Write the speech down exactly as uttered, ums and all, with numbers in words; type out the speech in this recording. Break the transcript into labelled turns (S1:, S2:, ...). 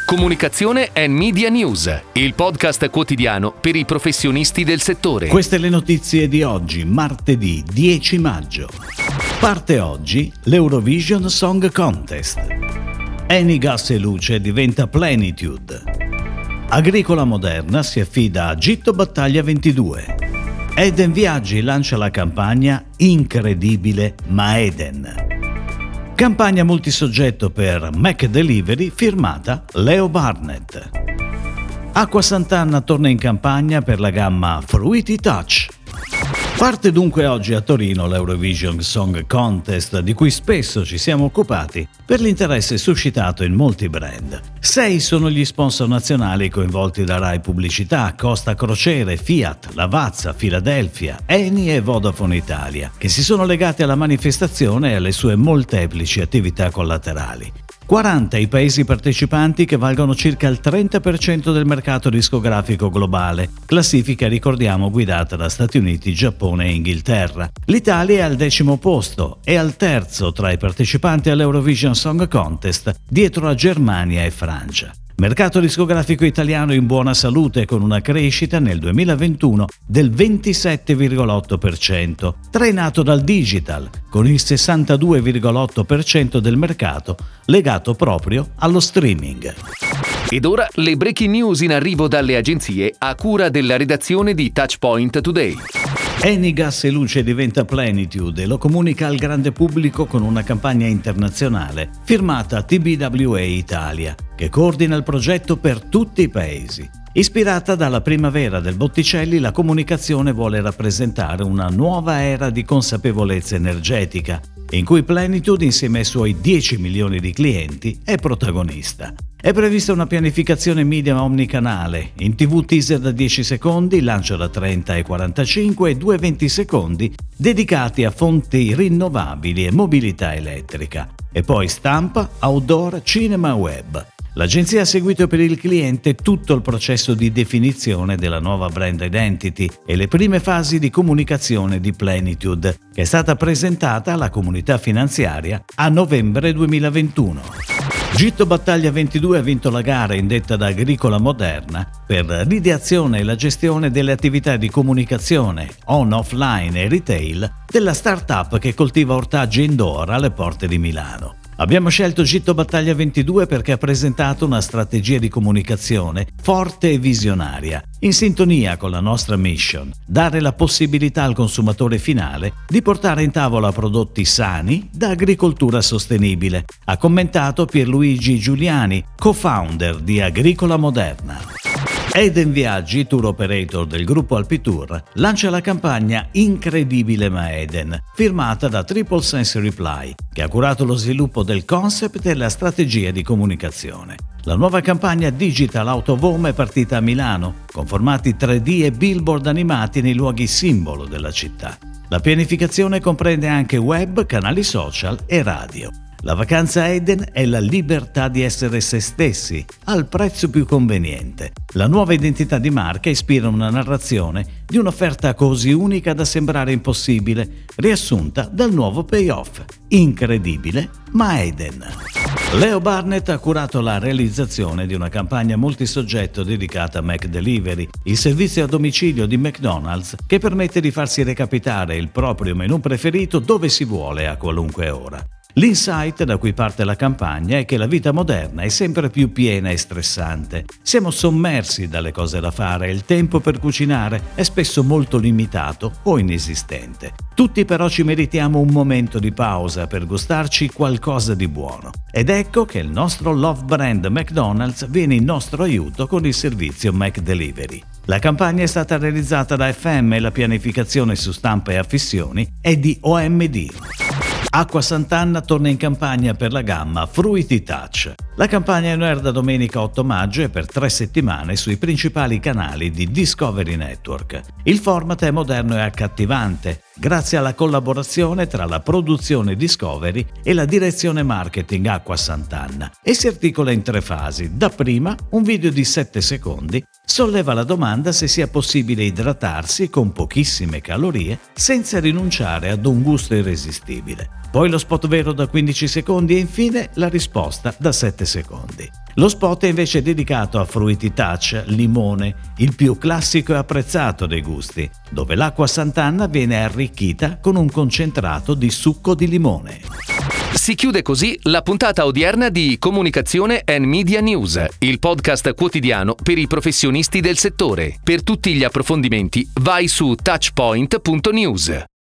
S1: Comunicazione e Media News, il podcast quotidiano per i professionisti del settore.
S2: Queste le notizie di oggi, martedì dieci maggio. Parte oggi l'Eurovision Song Contest. Eni Gas e Luce diventa Plenitude. Agricola Moderna si affida a Gitto Battaglia ventidue. Eden Viaggi lancia la campagna Incredibile ma Eden. Campagna multisoggetto per McDelivery firmata Leo Burnett. Acqua Sant'Anna torna in campagna per la gamma Fruity Touch. Parte dunque oggi a Torino l'Eurovision Song Contest, di cui spesso ci siamo occupati per l'interesse suscitato in molti brand. Sei sono gli sponsor nazionali coinvolti da Rai Pubblicità, Costa Crociere, Fiat, Lavazza, Philadelphia, Eni e Vodafone Italia, che si sono legati alla manifestazione e alle sue molteplici attività collaterali. quaranta i paesi partecipanti che valgono circa il trenta per cento del mercato discografico globale, classifica, ricordiamo, guidata da Stati Uniti, Giappone e Inghilterra. L'Italia è al decimo posto e al terzo tra i partecipanti all'Eurovision Song Contest, dietro a Germania e Francia. Mercato discografico italiano in buona salute, con una crescita nel duemilaventuno del ventisette virgola otto per cento, trainato dal digital, con il sessantadue virgola otto per cento del mercato legato proprio allo streaming.
S1: Ed ora le breaking news in arrivo dalle agenzie a cura della redazione di Touchpoint Today.
S2: Eni Gas e Luce diventa Plenitude e lo comunica al grande pubblico con una campagna internazionale firmata T B W A Italia, che coordina il progetto per tutti i paesi. Ispirata dalla primavera del Botticelli, la comunicazione vuole rappresentare una nuova era di consapevolezza energetica, in cui Plenitude, insieme ai suoi dieci milioni di clienti, è protagonista. È prevista una pianificazione media omnicanale, in tivù teaser da dieci secondi, lancio da trenta e quarantacinque e due venti secondi dedicati a fonti rinnovabili e mobilità elettrica. E poi stampa, outdoor, cinema e web. L'agenzia ha seguito per il cliente tutto il processo di definizione della nuova brand identity e le prime fasi di comunicazione di Plenitude, che è stata presentata alla comunità finanziaria a novembre duemilaventuno. Gitto Battaglia ventidue ha vinto la gara indetta da Agricola Moderna per l'ideazione e la gestione delle attività di comunicazione on, offline e retail della startup che coltiva ortaggi indoor alle porte di Milano. Abbiamo scelto Gitto Battaglia ventidue perché ha presentato una strategia di comunicazione forte e visionaria, in sintonia con la nostra mission: dare la possibilità al consumatore finale di portare in tavola prodotti sani da agricoltura sostenibile, ha commentato Pierluigi Giuliani, co-founder di Agricola Moderna. Eden Viaggi, tour operator del gruppo Alpitour, lancia la campagna Incredibile ma Eden, firmata da Triple Sense Reply, che ha curato lo sviluppo del concept e la strategia di comunicazione. La nuova campagna Digital Out of Home è partita a Milano, con formati tre D e billboard animati nei luoghi simbolo della città. La pianificazione comprende anche web, canali social e radio. La vacanza Eden è la libertà di essere se stessi, al prezzo più conveniente. La nuova identità di marca ispira una narrazione di un'offerta così unica da sembrare impossibile, riassunta dal nuovo payoff: incredibile ma Eden. Leo Burnett ha curato la realizzazione di una campagna multisoggetto dedicata a McDelivery, il servizio a domicilio di McDonald's che permette di farsi recapitare il proprio menù preferito dove si vuole a qualunque ora. L'insight da cui parte la campagna è che la vita moderna è sempre più piena e stressante. Siamo sommersi dalle cose da fare e il tempo per cucinare è spesso molto limitato o inesistente. Tutti però ci meritiamo un momento di pausa per gustarci qualcosa di buono. Ed ecco che il nostro love brand McDonald's viene in nostro aiuto con il servizio McDelivery. La campagna è stata realizzata da F M e la pianificazione su stampa e affissioni è di O M D. Acqua Sant'Anna torna in campagna per la gamma Fruity Touch. La campagna è in air da domenica otto maggio e per tre settimane sui principali canali di Discovery Network. Il format è moderno e accattivante, grazie alla collaborazione tra la produzione Discovery e la direzione marketing Acqua Sant'Anna, e si articola in tre fasi. Dapprima, un video di sette secondi solleva la domanda se sia possibile idratarsi con pochissime calorie senza rinunciare ad un gusto irresistibile. Poi lo spot vero da quindici secondi e infine la risposta da sette secondi. Lo spot è invece dedicato a Fruity Touch Limone, il più classico e apprezzato dei gusti, dove l'acqua Sant'Anna viene arricchita con un concentrato di succo di limone.
S1: Si chiude così la puntata odierna di Comunicazione and Media News, il podcast quotidiano per i professionisti del settore. Per tutti gli approfondimenti vai su touchpoint punto news.